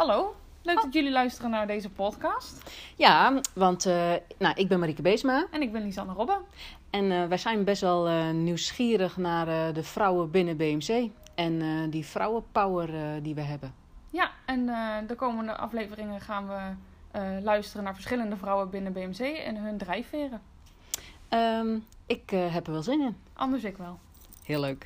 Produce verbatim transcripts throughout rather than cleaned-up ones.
Hallo, leuk dat jullie luisteren naar deze podcast. Ja, want uh, nou, ik ben Marieke Beesma. En ik ben Lisanne Robbe. En uh, wij zijn best wel uh, nieuwsgierig naar uh, de vrouwen binnen B M C. En uh, die vrouwenpower uh, die we hebben. Ja, en uh, de komende afleveringen gaan we uh, luisteren naar verschillende vrouwen binnen B M C en hun drijfveren. Um, ik uh, heb er wel zin in. Anders ik wel. Heel leuk.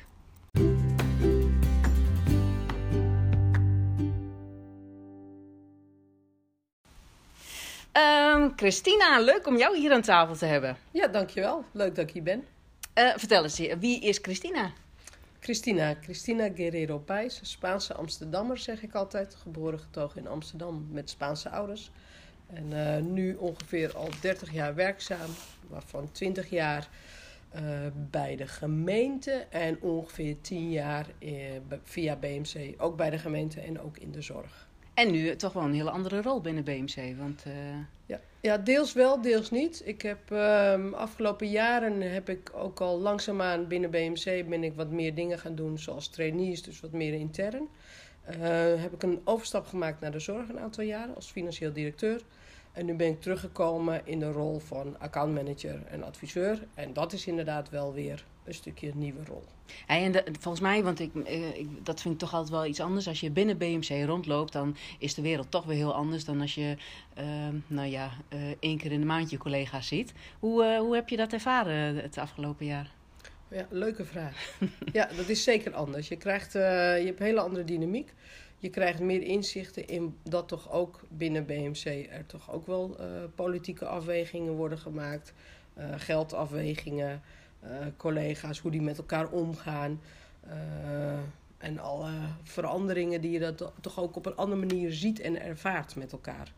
Um, Christina, leuk om jou hier aan tafel te hebben. Ja, dankjewel. Leuk dat ik hier ben. Uh, vertel eens, wie is Christina? Christina, Christina Guerrero Paes, Spaanse Amsterdammer zeg ik altijd. Geboren getogen in Amsterdam met Spaanse ouders. En uh, nu ongeveer al dertig jaar werkzaam, waarvan twintig jaar uh, bij de gemeente en ongeveer tien jaar uh, via B M C. Ook bij de gemeente en ook in de zorg. En nu toch wel een hele andere rol binnen B M C, want... Uh... Ja, ja, deels wel, deels niet. Ik heb uh, afgelopen jaren heb ik ook al langzaamaan binnen B M C ben ik wat meer dingen gaan doen, zoals trainees, dus wat meer intern. Uh, heb ik een overstap gemaakt naar de zorg een aantal jaren als financieel directeur. En nu ben ik teruggekomen in de rol van accountmanager en adviseur. En dat is inderdaad wel weer een stukje een nieuwe rol. Hey, en de, volgens mij, want ik, ik, dat vind ik toch altijd wel iets anders. Als je binnen B M C rondloopt, dan is de wereld toch weer heel anders dan als je uh, nou ja, uh, één keer in de maand je collega's ziet. Hoe, uh, hoe heb je dat ervaren het afgelopen jaar? Ja, leuke vraag. Ja, dat is zeker anders. Je krijgt, uh, je hebt een hele andere dynamiek. Je krijgt meer inzichten in dat toch ook binnen B M C er toch ook wel uh, politieke afwegingen worden gemaakt. Uh, geldafwegingen, uh, collega's, hoe die met elkaar omgaan. Uh, en alle veranderingen die je dat toch ook op een andere manier ziet en ervaart met elkaar.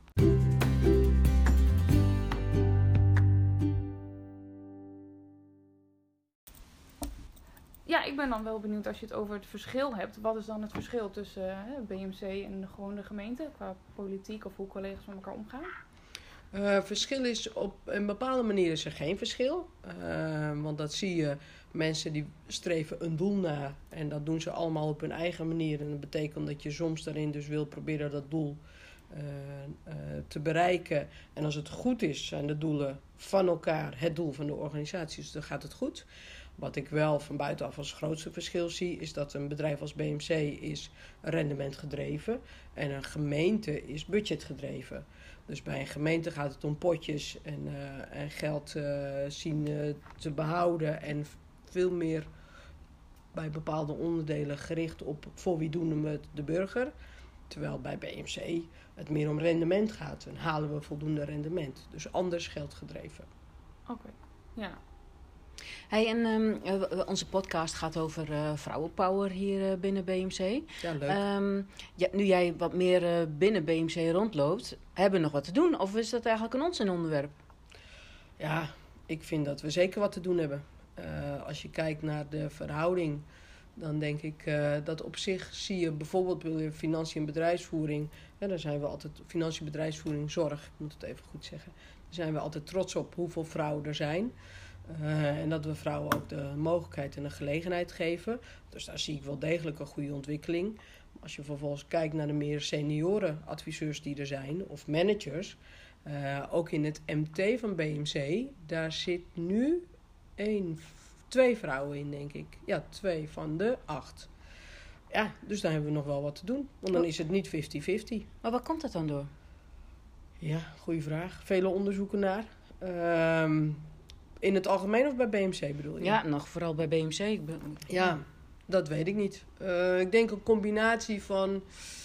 Ja, ik ben dan wel benieuwd als je het over het verschil hebt. Wat is dan het verschil tussen uh, B M C en de gewone gemeente qua politiek of hoe collega's met elkaar omgaan? Uh, verschil is op een bepaalde manier is er geen verschil. Uh, want dat zie je, mensen die streven een doel na en dat doen ze allemaal op hun eigen manier. En dat betekent dat je soms daarin dus wil proberen dat doel uh, uh, te bereiken. En als het goed is, zijn de doelen van elkaar het doel van de organisatie, dus dan gaat het goed. Wat ik wel van buitenaf als grootste verschil zie, is dat een bedrijf als B M C is rendementgedreven en een gemeente is budgetgedreven. Dus bij een gemeente gaat het om potjes en, uh, en geld uh, zien uh, te behouden en veel meer bij bepaalde onderdelen gericht op voor wie doen we het de burger. Terwijl bij B M C het meer om rendement gaat en halen we voldoende rendement. Dus anders geldgedreven. Oké, okay. Ja. Hey, en um, onze podcast gaat over uh, vrouwenpower hier uh, binnen B M C. Ja, leuk. Um, ja, nu jij wat meer uh, binnen B M C rondloopt, hebben we nog wat te doen? Of is dat eigenlijk een onzinonderwerp? Ja, ik vind dat we zeker wat te doen hebben. Uh, als je kijkt naar de verhouding, dan denk ik uh, dat op zich zie je bijvoorbeeld bij financiën en bedrijfsvoering. Ja, daar zijn we altijd, financiën, bedrijfsvoering, zorg, ik moet het even goed zeggen. Daar zijn we altijd trots op hoeveel vrouwen er zijn. Uh, en dat we vrouwen ook de mogelijkheid en de gelegenheid geven. Dus daar zie ik wel degelijk een goede ontwikkeling. Als je vervolgens kijkt naar de meer senioren adviseurs die er zijn, of managers. Uh, ook in het M T van B M C, daar zit nu één, twee vrouwen in, denk ik. Ja, twee van de acht. Ja, dus daar hebben we nog wel wat te doen. Want dan is het niet vijftig vijftig. Maar waar komt dat dan door? Ja, goede vraag. Vele onderzoeken naar. Um, In het algemeen of bij B M C bedoel je? Ja, nog vooral bij B M C. Ja, dat weet ik niet. Uh, ik denk een combinatie van...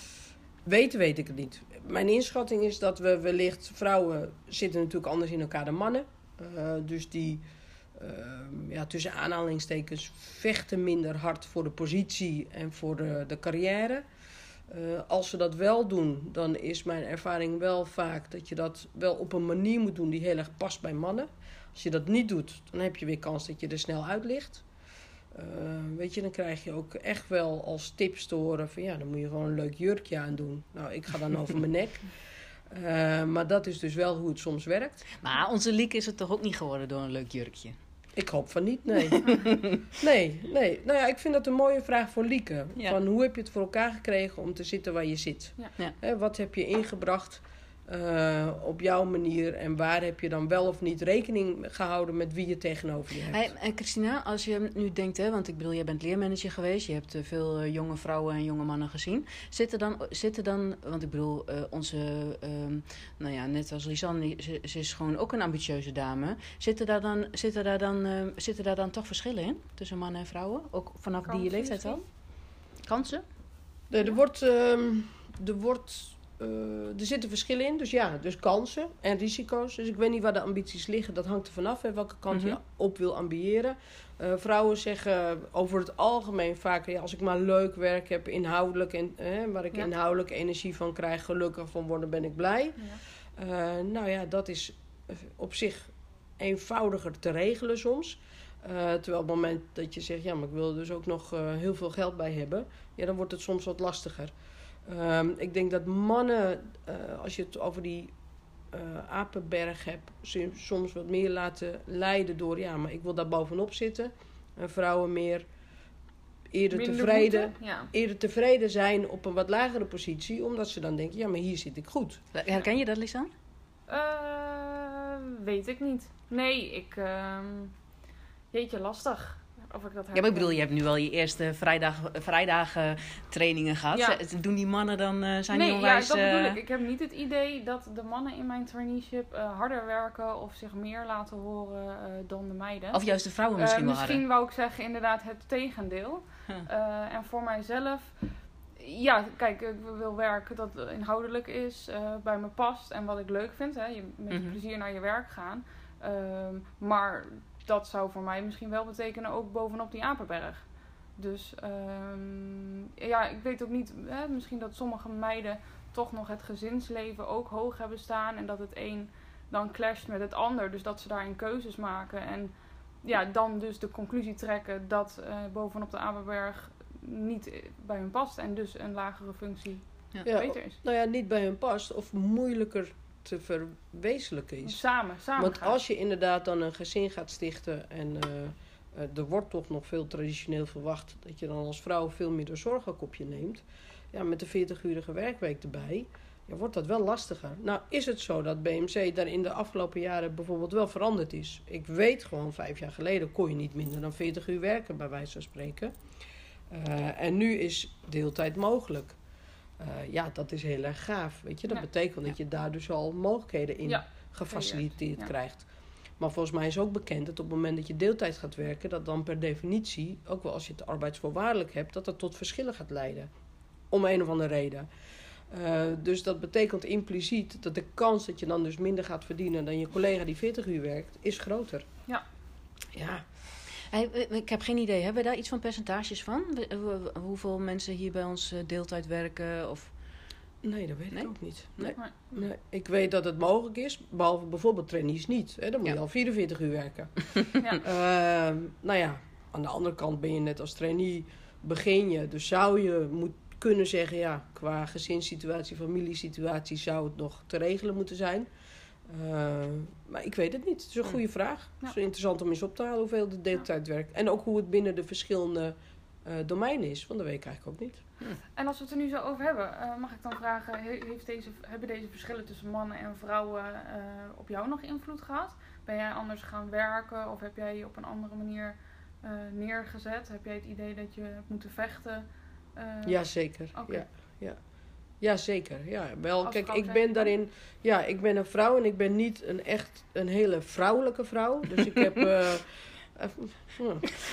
Weten weet ik het niet. Mijn inschatting is dat we wellicht... Vrouwen zitten natuurlijk anders in elkaar dan mannen. Uh, dus die uh, ja, tussen aanhalingstekens vechten minder hard voor de positie en voor de, de carrière. Uh, als ze dat wel doen, dan is mijn ervaring wel vaak dat je dat wel op een manier moet doen die heel erg past bij mannen. Als je dat niet doet, dan heb je weer kans dat je er snel uit ligt. Uh, weet je, dan krijg je ook echt wel als tips te horen van ja, dan moet je gewoon een leuk jurkje aan doen. Nou, ik ga dan over mijn nek. Uh, maar dat is dus wel hoe het soms werkt. Maar onze Lieke is het toch ook niet geworden door een leuk jurkje? Ik hoop van niet, nee. nee, nee. Nou ja, ik vind dat een mooie vraag voor Lieke. Ja. Van hoe heb je het voor elkaar gekregen om te zitten waar je zit? Ja. Ja. Hè, wat heb je ingebracht uh, op jouw manier? En waar heb je dan wel of niet rekening gehouden met wie je tegenover je hebt? Hey, en Christina, als je nu denkt, hè, want ik bedoel, jij bent leermanager geweest. Je hebt uh, veel uh, jonge vrouwen en jonge mannen gezien. Zitten dan, zitten dan want ik bedoel, uh, onze, uh, nou ja, net als Lisanne, ze, ze is gewoon ook een ambitieuze dame. Zitten daar dan, zitten daar dan, uh, zitten daar dan toch verschillen in tussen mannen en vrouwen? Ook vanaf Kansen die leeftijd al? Kansen? Nee, er wordt... Um, er wordt Uh, er zitten verschillen in, dus ja, dus kansen en risico's. Dus ik weet niet waar de ambities liggen, dat hangt er vanaf, hè, welke kant Mm-hmm. je op wil ambiëren. Uh, vrouwen zeggen over het algemeen vaker, ja, als ik maar leuk werk heb, inhoudelijk, en, uh, waar ik ja. inhoudelijk energie van krijg, gelukkig van worden, ben ik blij. Ja. Uh, nou ja, dat is op zich eenvoudiger te regelen soms. Uh, terwijl op het moment dat je zegt, ja, maar ik wil er dus ook nog uh, heel veel geld bij hebben, ja, dan wordt het soms wat lastiger. Um, ik denk dat mannen, uh, als je het over die uh, apenberg hebt, soms wat meer laten leiden door, ja, maar ik wil daar bovenop zitten. En vrouwen meer eerder tevreden, ja. eerder tevreden zijn op een wat lagere positie, omdat ze dan denken, ja, maar hier zit ik goed. Herken je dat, Lisanne? Uh, weet ik niet. Nee, ik... Uh, jeetje, lastig. Of ik dat ja, maar ik bedoel, je hebt nu wel je eerste vrijdag, vrijdagen trainingen gehad. Ja. Doen die mannen dan, uh, zijn nee, die onwijs... Nee, ja, dat bedoel ik. Ik heb niet het idee dat de mannen in mijn traineeship uh, harder werken of zich meer laten horen uh, dan de meiden. Of juist de vrouwen misschien uh, wel misschien harder. Misschien wou ik zeggen inderdaad het tegendeel. Huh. Uh, en voor mijzelf... Ja, kijk, ik wil werk dat inhoudelijk is, uh, bij me past en wat ik leuk vind. Hè. Je met mm-hmm. plezier naar je werk gaan. Uh, maar... dat zou voor mij misschien wel betekenen ook bovenop die apenberg. Dus um, ja, ik weet ook niet, hè, misschien dat sommige meiden toch nog het gezinsleven ook hoog hebben staan. En dat het een dan clasht met het ander. Dus dat ze daarin keuzes maken. En ja, dan dus de conclusie trekken dat uh, bovenop de apenberg niet bij hun past. En dus een lagere functie ja. beter is. Nou ja, niet bij hun past of moeilijker te verwezenlijken is. Samen, samen Want gaan. als je inderdaad dan een gezin gaat stichten en uh, uh, er wordt toch nog veel traditioneel verwacht dat je dan als vrouw veel meer de zorg ook op je neemt, ja, met de veertig-urige werkweek erbij, ja, wordt dat wel lastiger. Nou is het zo dat B M C daar in de afgelopen jaren bijvoorbeeld wel veranderd is. Ik weet gewoon, vijf jaar geleden kon je niet minder dan veertig uur werken, bij wijze van spreken. Uh, en nu is deeltijd mogelijk. Uh, ja, dat is heel erg gaaf, weet je. Dat ja. betekent dat je daar dus al mogelijkheden in ja. gefaciliteerd ja. krijgt. Maar volgens mij is ook bekend dat op het moment dat je deeltijd gaat werken, dat dan per definitie, ook wel als je het arbeidsvoorwaardelijk hebt, dat dat tot verschillen gaat leiden. Om een of andere reden. Uh, dus dat betekent impliciet dat de kans dat je dan dus minder gaat verdienen dan je collega die veertig uur werkt, is groter. Ja. Ja. Hey, ik heb geen idee. Hebben we daar iets van percentages van? Hoeveel mensen hier bij ons deeltijd werken? Of... Nee, dat weet nee? ik ook niet. Nee. Nee. Ik weet dat het mogelijk is, behalve bijvoorbeeld trainees niet. Hè? Dan moet ja. je al vierenveertig uur werken. Ja. Uh, nou ja, aan de andere kant ben je net als trainee, begin je. Dus zou je moet kunnen zeggen, ja, qua gezinssituatie, familiesituatie zou het nog te regelen moeten zijn. Uh, maar ik weet het niet. Het is een goede ja. vraag. Het is ja. interessant om eens op te halen hoeveel de deeltijd ja. werkt. En ook hoe het binnen de verschillende uh, domeinen is. Want dat weet ik eigenlijk ook niet. Hm. En als we het er nu zo over hebben, uh, mag ik dan vragen, heeft deze, hebben deze verschillen tussen mannen en vrouwen uh, op jou nog invloed gehad? Ben jij anders gaan werken of heb jij je op een andere manier uh, neergezet? Heb jij het idee dat je hebt moeten vechten? Uh, Jazeker. Okay. Ja, ja. Ja, zeker. Ja, wel, als kijk, ik ben daarin... Ja, ik ben een vrouw en ik ben niet een echt een hele vrouwelijke vrouw. Dus ik heb... Uh, uh,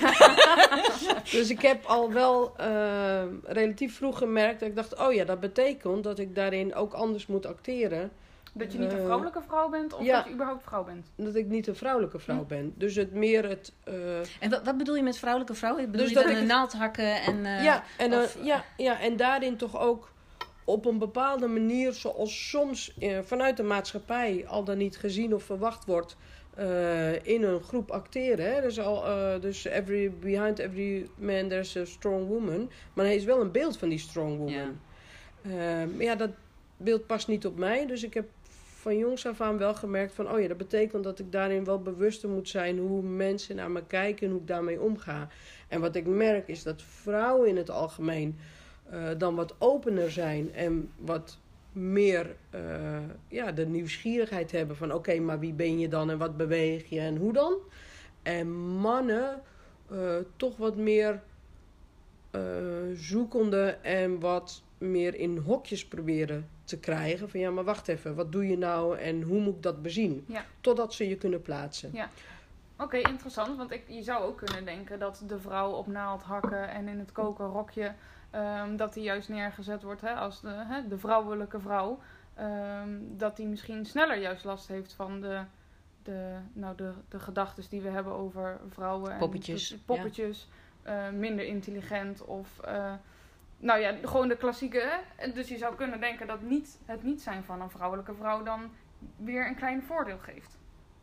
dus ik heb al wel uh, relatief vroeg gemerkt dat ik dacht, oh ja, dat betekent dat ik daarin ook anders moet acteren. Dat je niet een vrouwelijke vrouw bent of ja, dat je überhaupt vrouw bent? Dat ik niet een vrouwelijke vrouw hm. ben. Dus het meer het... Uh, en wat, wat bedoel je met vrouwelijke vrouw? Bedoel dus je dat dan ik een naald hakken en... Uh, ja, en of, uh, ja, ja, en daarin toch ook op een bepaalde manier, zoals soms uh, vanuit de maatschappij al dan niet gezien of verwacht wordt, uh, in een groep acteren. Hè? Dus, al, uh, dus every, behind every man there's a strong woman. Maar hij is wel een beeld van die strong woman. Ja. Uh, maar ja, dat beeld past niet op mij. Dus ik heb van jongs af aan wel gemerkt van... oh ja, dat betekent dat ik daarin wel bewuster moet zijn... hoe mensen naar me kijken en hoe ik daarmee omga. En wat ik merk is dat vrouwen in het algemeen... Uh, dan wat opener zijn en wat meer uh, ja, de nieuwsgierigheid hebben... van oké, okay, maar wie ben je dan en wat beweeg je en hoe dan? En mannen uh, toch wat meer uh, zoekende en wat meer in hokjes proberen te krijgen. Van ja, maar wacht even, wat doe je nou en hoe moet ik dat bezien? Ja. Totdat ze je kunnen plaatsen. Ja. Oké, okay, interessant. Want ik, je zou ook kunnen denken dat de vrouw op naald hakken en in het koken rokje... Um, dat die juist neergezet wordt hè, als de, hè, de vrouwelijke vrouw. Um, dat die misschien sneller juist last heeft van de, de, nou de, de gedachten die we hebben over vrouwen. Poppetjes. En poppetjes. Ja. Uh, minder intelligent of... Uh, nou ja, gewoon de klassieke. Hè? Dus je zou kunnen denken dat niet, het niet zijn van een vrouwelijke vrouw dan weer een klein voordeel geeft.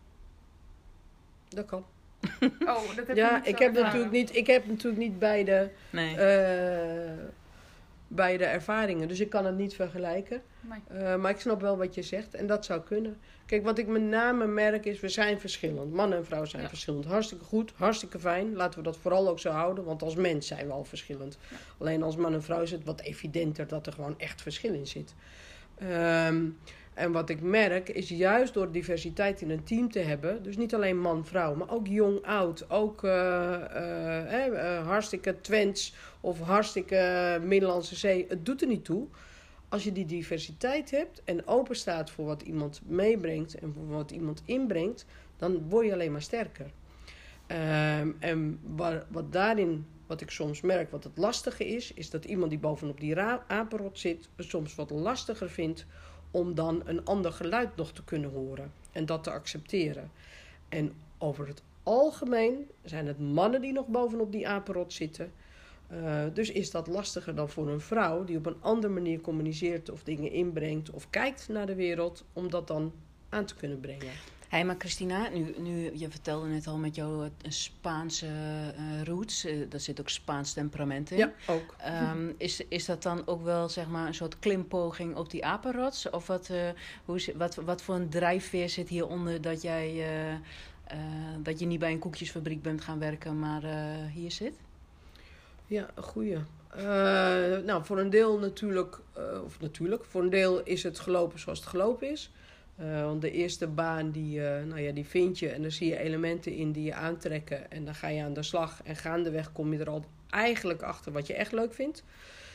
Dat kan. Oh, dat heb ja, je niet ik zo heb, natuurlijk niet, ik heb natuurlijk niet beide, nee. uh, beide ervaringen. Dus ik kan het niet vergelijken. Nee. Uh, maar ik snap wel wat je zegt. En dat zou kunnen. Kijk, wat ik met name merk is, we zijn verschillend. Mannen en vrouwen zijn ja. verschillend. Hartstikke goed, hartstikke fijn. Laten we dat vooral ook zo houden. Want als mens zijn we al verschillend. Ja. Alleen als man en vrouw is het wat evidenter dat er gewoon echt verschil in zit. Um, En wat ik merk is juist door diversiteit in een team te hebben... dus niet alleen man-vrouw, maar ook jong-oud... ook uh, uh, uh, hartstikke Twents of hartstikke Middellandse Zee... het doet er niet toe. Als je die diversiteit hebt en open staat voor wat iemand meebrengt... en voor wat iemand inbrengt, dan word je alleen maar sterker. Um, en waar, wat daarin, wat ik soms merk, wat het lastige is... is dat iemand die bovenop die ra- apenrot zit... het soms wat lastiger vindt... om dan een ander geluid nog te kunnen horen. En dat te accepteren. En over het algemeen zijn het mannen die nog bovenop die apenrot zitten. Uh, dus is dat lastiger dan voor een vrouw... die op een andere manier communiceert of dingen inbrengt... of kijkt naar de wereld, om dat dan aan te kunnen brengen. Hé, hey, maar Christina, nu, nu, je vertelde net al met jouw Spaanse uh, roots. Uh, daar zit ook Spaans temperament in. Ja, ook. Um, is, is dat dan ook wel zeg maar een soort klimpoging op die apenrots? Of wat, uh, hoe is, wat, wat voor een drijfveer zit hieronder dat jij uh, uh, dat je niet bij een koekjesfabriek bent gaan werken, maar uh, hier zit? Ja, een goeie. Uh, nou, voor een deel natuurlijk, uh, of natuurlijk, voor een deel is het gelopen zoals het gelopen is. Uh, want de eerste baan, die, uh, nou ja, die vind je en daar zie je elementen in die je aantrekken. En dan ga je aan de slag en gaandeweg kom je er al eigenlijk achter wat je echt leuk vindt.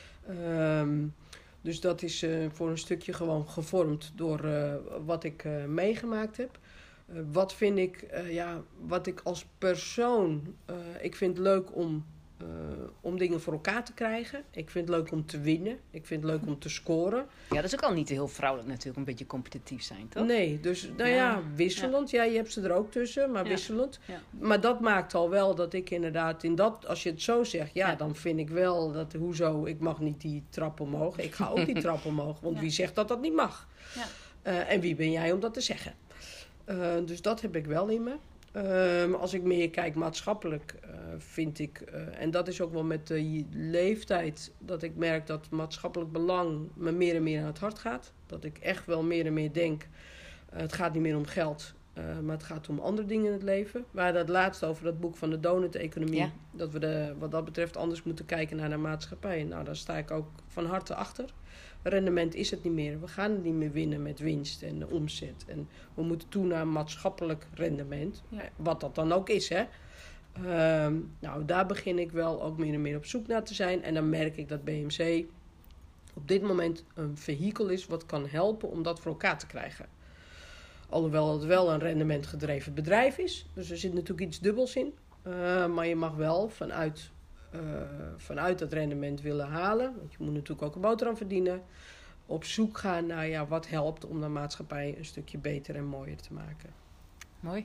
Um, dus dat is uh, voor een stukje gewoon gevormd door uh, wat ik uh, meegemaakt heb. Uh, wat vind ik, uh, ja, wat ik als persoon, uh, ik vind het leuk om... Uh, om dingen voor elkaar te krijgen. Ik vind het leuk om te winnen. Ik vind het leuk om te scoren. Ja, dat is ook al niet heel vrouwelijk natuurlijk, een beetje competitief zijn, toch? Nee, dus nou ja, ja wisselend. Ja. ja, je hebt ze er ook tussen, maar ja. wisselend. Ja. Maar dat maakt al wel dat ik inderdaad in dat, als je het zo zegt, ja, ja. dan vind ik wel dat, hoezo, ik mag niet die trap omhoog. Ik ga ook die trap omhoog, want ja. wie zegt dat dat niet mag? Ja. Uh, en wie ben jij om dat te zeggen? Uh, dus dat heb ik wel in me. Um, als ik meer kijk maatschappelijk, uh, vind ik... Uh, en dat is ook wel met de leeftijd... dat ik merk dat maatschappelijk belang me meer en meer aan het hart gaat. Dat ik echt wel meer en meer denk... Uh, het gaat niet meer om geld, uh, maar het gaat om andere dingen in het leven. We hadden het laatst over dat boek van de donut-economie. Ja. Dat we de, wat dat betreft anders moeten kijken naar de maatschappij. Nou, daar sta ik ook van harte achter. Rendement is het niet meer. We gaan het niet meer winnen met winst en omzet. En we moeten toe naar maatschappelijk rendement. Ja. Wat dat dan ook is, hè. Um, nou, daar begin ik wel ook meer en meer op zoek naar te zijn. En dan merk ik dat B M C op dit moment een vehikel is... wat kan helpen om dat voor elkaar te krijgen. Alhoewel het wel een rendementgedreven bedrijf is. Dus er zit natuurlijk iets dubbels in. Uh, maar je mag wel vanuit... Uh, vanuit dat rendement willen halen. Want je moet natuurlijk ook een boterham verdienen. Op zoek gaan naar ja, wat helpt om de maatschappij een stukje beter en mooier te maken. Mooi.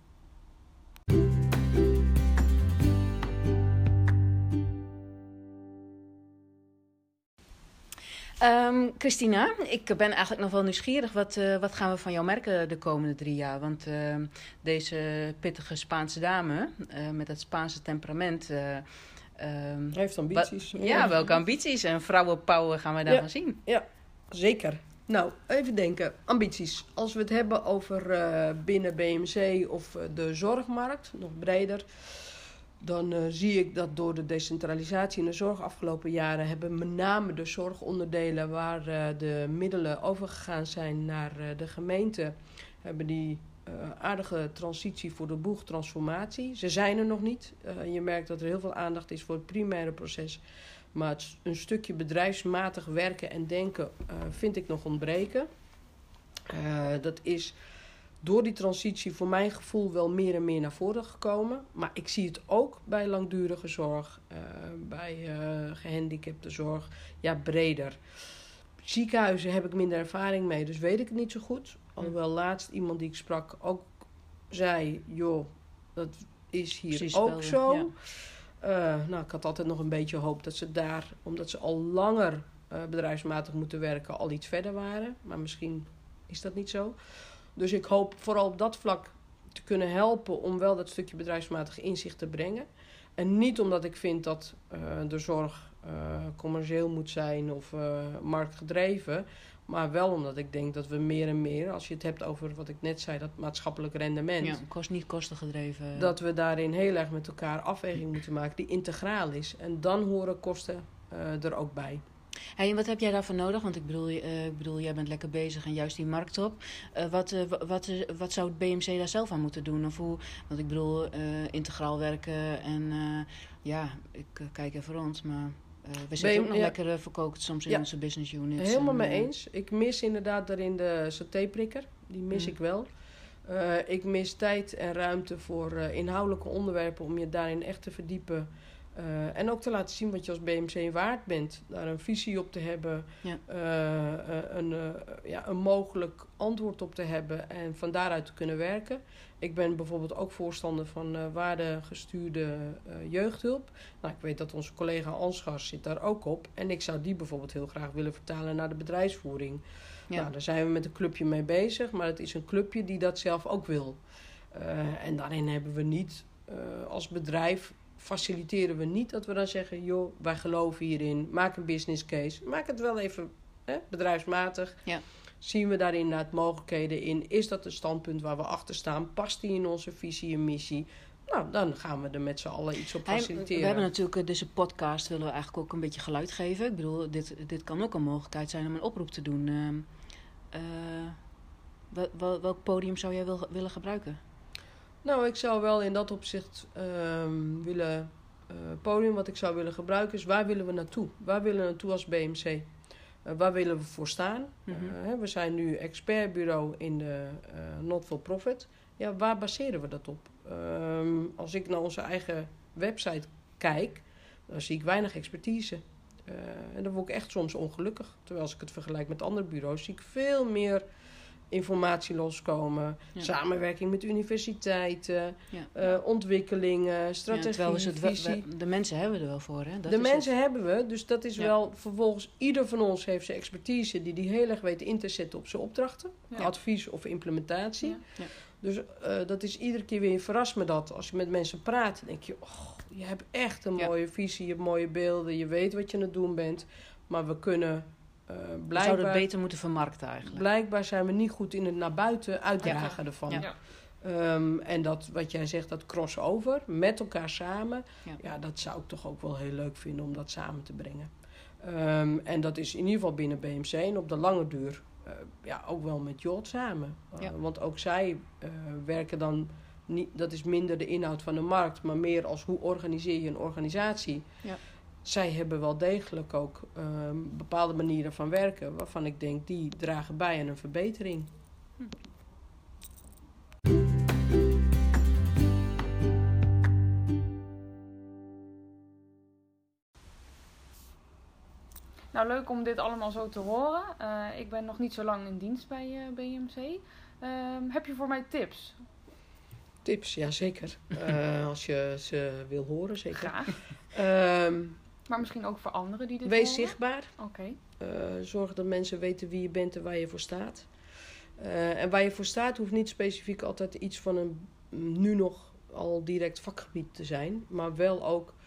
Um, Christina, ik ben eigenlijk nog wel nieuwsgierig. Wat, uh, wat gaan we van jou merken de komende drie jaar? Want uh, deze pittige Spaanse dame, uh, met dat Spaanse temperament... Uh, Um, Hij heeft ambities. Wat, ja, welke ambities en vrouwenpower gaan wij daarvan ja, zien? Ja, zeker. Nou, even denken. Ambities. Als we het hebben over uh, binnen B M C of uh, de zorgmarkt, nog breder, dan uh, zie ik dat door de decentralisatie in de zorg afgelopen jaren hebben met name de zorgonderdelen waar uh, de middelen overgegaan zijn naar uh, de gemeente, hebben die uh, aardige transitie voor de boeg transformatie. Ze zijn er nog niet. Uh, je merkt dat er heel veel aandacht is voor het primaire proces. Maar het, een stukje bedrijfsmatig werken en denken uh, vind ik nog ontbreken. Uh, dat is door die transitie voor mijn gevoel wel meer en meer naar voren gekomen. Maar ik zie het ook bij langdurige zorg, uh, bij uh, gehandicaptenzorg, ja breder. Ziekenhuizen heb ik minder ervaring mee, dus weet ik het niet zo goed. Alhoewel laatst iemand die ik sprak ook zei, joh, dat is hier Precies ook wel, zo. Ja. Uh, nou, ik had altijd nog een beetje hoop dat ze daar, omdat ze al langer uh, bedrijfsmatig moeten werken, al iets verder waren. Maar misschien is dat niet zo. Dus ik hoop vooral op dat vlak te kunnen helpen om wel dat stukje bedrijfsmatig inzicht te brengen. En niet omdat ik vind dat uh, de zorg uh, commercieel moet zijn of uh, marktgedreven. Maar wel omdat ik denk dat we meer en meer, als je het hebt over wat ik net zei, dat maatschappelijk rendement. Ja, kost niet kostengedreven. Dat we daarin heel erg met elkaar afweging moeten maken die integraal is. En dan horen kosten uh, er ook bij. Hey, en wat heb jij daarvoor nodig? Want ik bedoel, uh, ik bedoel, jij bent lekker bezig en juist die markt op. Uh, wat, uh, wat, uh, wat zou het B M C daar zelf aan moeten doen? Of hoe, want ik bedoel, uh, integraal werken en uh, ja, ik uh, kijk even rond, maar uh, we zitten ook nog ja. lekker uh, verkookt soms in ja. onze business units. Helemaal en, mee uh, eens. Ik mis inderdaad daarin de satéprikker. Die mis mm. ik wel. Uh, ik mis tijd en ruimte voor uh, inhoudelijke onderwerpen om je daarin echt te verdiepen. Uh, en ook te laten zien wat je als B M C waard bent. Daar een visie op te hebben. Ja. Uh, uh, een, uh, ja, een mogelijk antwoord op te hebben. En van daaruit te kunnen werken. Ik ben bijvoorbeeld ook voorstander van uh, waardegestuurde uh, jeugdhulp. Nou, ik weet dat onze collega Ansgar zit daar ook op. En ik zou die bijvoorbeeld heel graag willen vertalen naar de bedrijfsvoering. Ja. Nou, daar zijn we met een clubje mee bezig. Maar het is een clubje die dat zelf ook wil. Uh, en daarin hebben we niet uh, als bedrijf... faciliteren we niet dat we dan zeggen, joh, wij geloven hierin, maak een business case, maak het wel even hè, bedrijfsmatig. Ja. Zien we daar inderdaad mogelijkheden in? Is dat een standpunt waar we achter staan? Past die in onze visie en missie? Nou, dan gaan we er met z'n allen iets op faciliteren. Hey, we hebben natuurlijk deze podcast, willen we eigenlijk ook een beetje geluid geven. Ik bedoel, dit, dit kan ook een mogelijkheid zijn om een oproep te doen. Uh, uh, wel, welk podium zou jij wil, willen gebruiken? Nou, ik zou wel in dat opzicht uh, willen... Uh, podium wat ik zou willen gebruiken is, waar willen we naartoe? Waar willen we naartoe als B M C? Uh, waar willen we voor staan? Mm-hmm. Uh, hè, we zijn nu expertbureau in de uh, not-for-profit. Ja, waar baseren we dat op? Uh, als ik naar onze eigen website kijk, dan zie ik weinig expertise. Uh, en dan word ik echt soms ongelukkig. Terwijl als ik het vergelijk met andere bureaus, zie ik veel meer... informatie loskomen, ja. samenwerking met universiteiten, ja. uh, ontwikkelingen, strategie, ja, het, visie. We, de mensen hebben we er wel voor, hè? Dat de is mensen het. hebben we, dus dat is ja. wel vervolgens... Ieder van ons heeft zijn expertise die die heel erg weet in te zetten op zijn opdrachten. Ja. Advies of implementatie. Ja. Ja. Dus uh, dat is iedere keer weer, verrast me dat. Als je met mensen praat, dan denk je... Oh, je hebt echt een ja. mooie visie, je hebt mooie beelden, je weet wat je aan het doen bent. Maar we kunnen... Uh, we zouden het beter moeten vermarkten eigenlijk. Blijkbaar zijn we niet goed in het naar buiten uitdragen ja. ervan. Ja. Um, en dat, wat jij zegt, dat crossover, met elkaar samen... Ja. ja, dat zou ik toch ook wel heel leuk vinden om dat samen te brengen. Um, en dat is in ieder geval binnen B M C en op de lange duur... Uh, ja, ook wel met Jot samen. Uh, ja. Want ook zij uh, werken dan... niet. Dat is minder de inhoud van de markt... maar meer als hoe organiseer je een organisatie... Ja. Zij hebben wel degelijk ook uh, bepaalde manieren van werken... waarvan ik denk, die dragen bij aan een verbetering. Hm. Nou, leuk om dit allemaal zo te horen. Uh, ik ben nog niet zo lang in dienst bij uh, B M C. Uh, heb je voor mij tips? Tips, ja zeker. uh, als je ze wil horen, zeker. Graag. Um, Maar misschien ook voor anderen die dit Wees horen? zichtbaar. Okay. Uh, zorg dat mensen weten wie je bent en waar je voor staat. Uh, en waar je voor staat hoeft niet specifiek altijd iets van een nu nog al direct vakgebied te zijn. Maar wel ook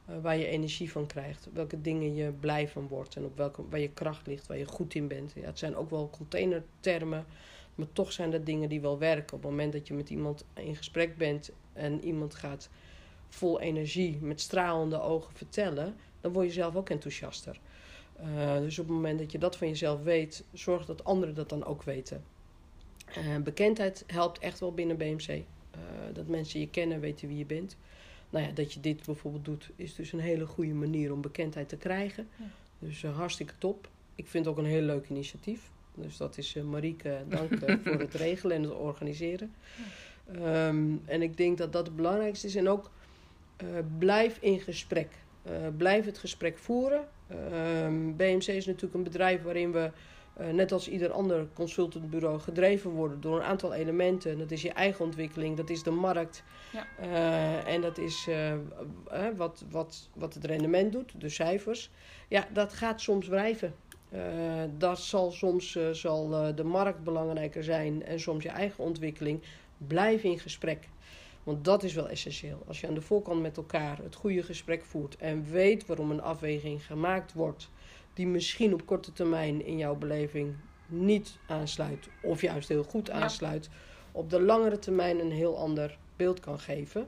Uh, waar je energie van krijgt. Welke dingen je blij van wordt. En op welke, waar je kracht ligt. Waar je goed in bent. Ja, het zijn ook wel containertermen. Maar toch zijn dat dingen die wel werken. Op het moment dat je met iemand in gesprek bent. En iemand gaat vol energie. Met stralende ogen vertellen. Dan word je zelf ook enthousiaster. Uh, dus op het moment dat je dat van jezelf weet. Zorg dat anderen dat dan ook weten. Uh, bekendheid helpt echt wel binnen B M C. Uh, dat mensen je kennen, weten wie je bent. Nou ja, dat je dit bijvoorbeeld doet, is dus een hele goede manier om bekendheid te krijgen. Ja. Dus uh, hartstikke top. Ik vind het ook een heel leuk initiatief. Dus dat is uh, Marieke, dank uh, voor het regelen en het organiseren. Ja. Um, en ik denk dat dat het belangrijkste is. En ook uh, blijf in gesprek. Uh, blijf het gesprek voeren. Uh, B M C is natuurlijk een bedrijf waarin we, uh, net als ieder ander consultantbureau, gedreven worden door een aantal elementen. Dat is je eigen ontwikkeling, dat is de markt. Ja. Uh, en dat is uh, uh, wat, wat, wat het rendement doet, de cijfers. Ja, dat gaat soms wrijven. Uh, dat zal soms uh, zal, uh, de markt belangrijker zijn en soms je eigen ontwikkeling. Blijf in gesprek. Want dat is wel essentieel. Als je aan de voorkant met elkaar het goede gesprek voert en weet waarom een afweging gemaakt wordt die misschien op korte termijn in jouw beleving niet aansluit of juist heel goed aansluit, ja. op de langere termijn een heel ander beeld kan geven.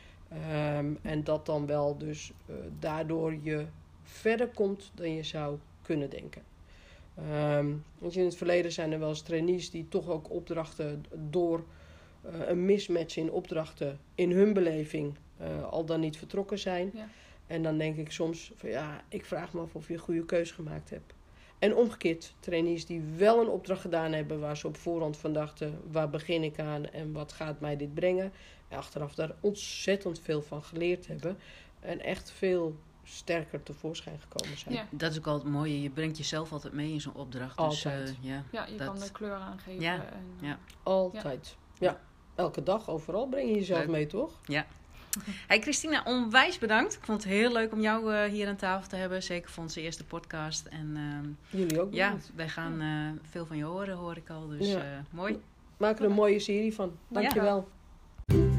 Um, en dat dan wel dus uh, daardoor je verder komt dan je zou kunnen denken. Um, want in het verleden zijn er wel eens trainees die toch ook opdrachten door uh, een mismatch in opdrachten in hun beleving uh, al dan niet vertrokken zijn. Ja. En dan denk ik soms van ja, ik vraag me af of je een goede keus gemaakt hebt. En omgekeerd, trainees die wel een opdracht gedaan hebben waar ze op voorhand van dachten, waar begin ik aan en wat gaat mij dit brengen. En achteraf daar ontzettend veel van geleerd hebben en echt veel sterker tevoorschijn gekomen zijn. Ja. Dat is ook altijd het mooie. Je brengt jezelf altijd mee in zo'n opdracht. Altijd. Dus, uh, ja, ja, je dat... kan de kleur aangeven. Ja. En, ja. Altijd. Ja. ja. Elke dag, overal breng je jezelf leuk. mee, toch? Ja. Hey Christina, onwijs bedankt. Ik vond het heel leuk om jou uh, hier aan tafel te hebben. Zeker voor onze eerste podcast. En, uh, Jullie ook bedankt. Ja, wij gaan uh, veel van je horen, hoor ik al. Dus ja. uh, mooi. Maak er een mooie serie van. Dank je wel.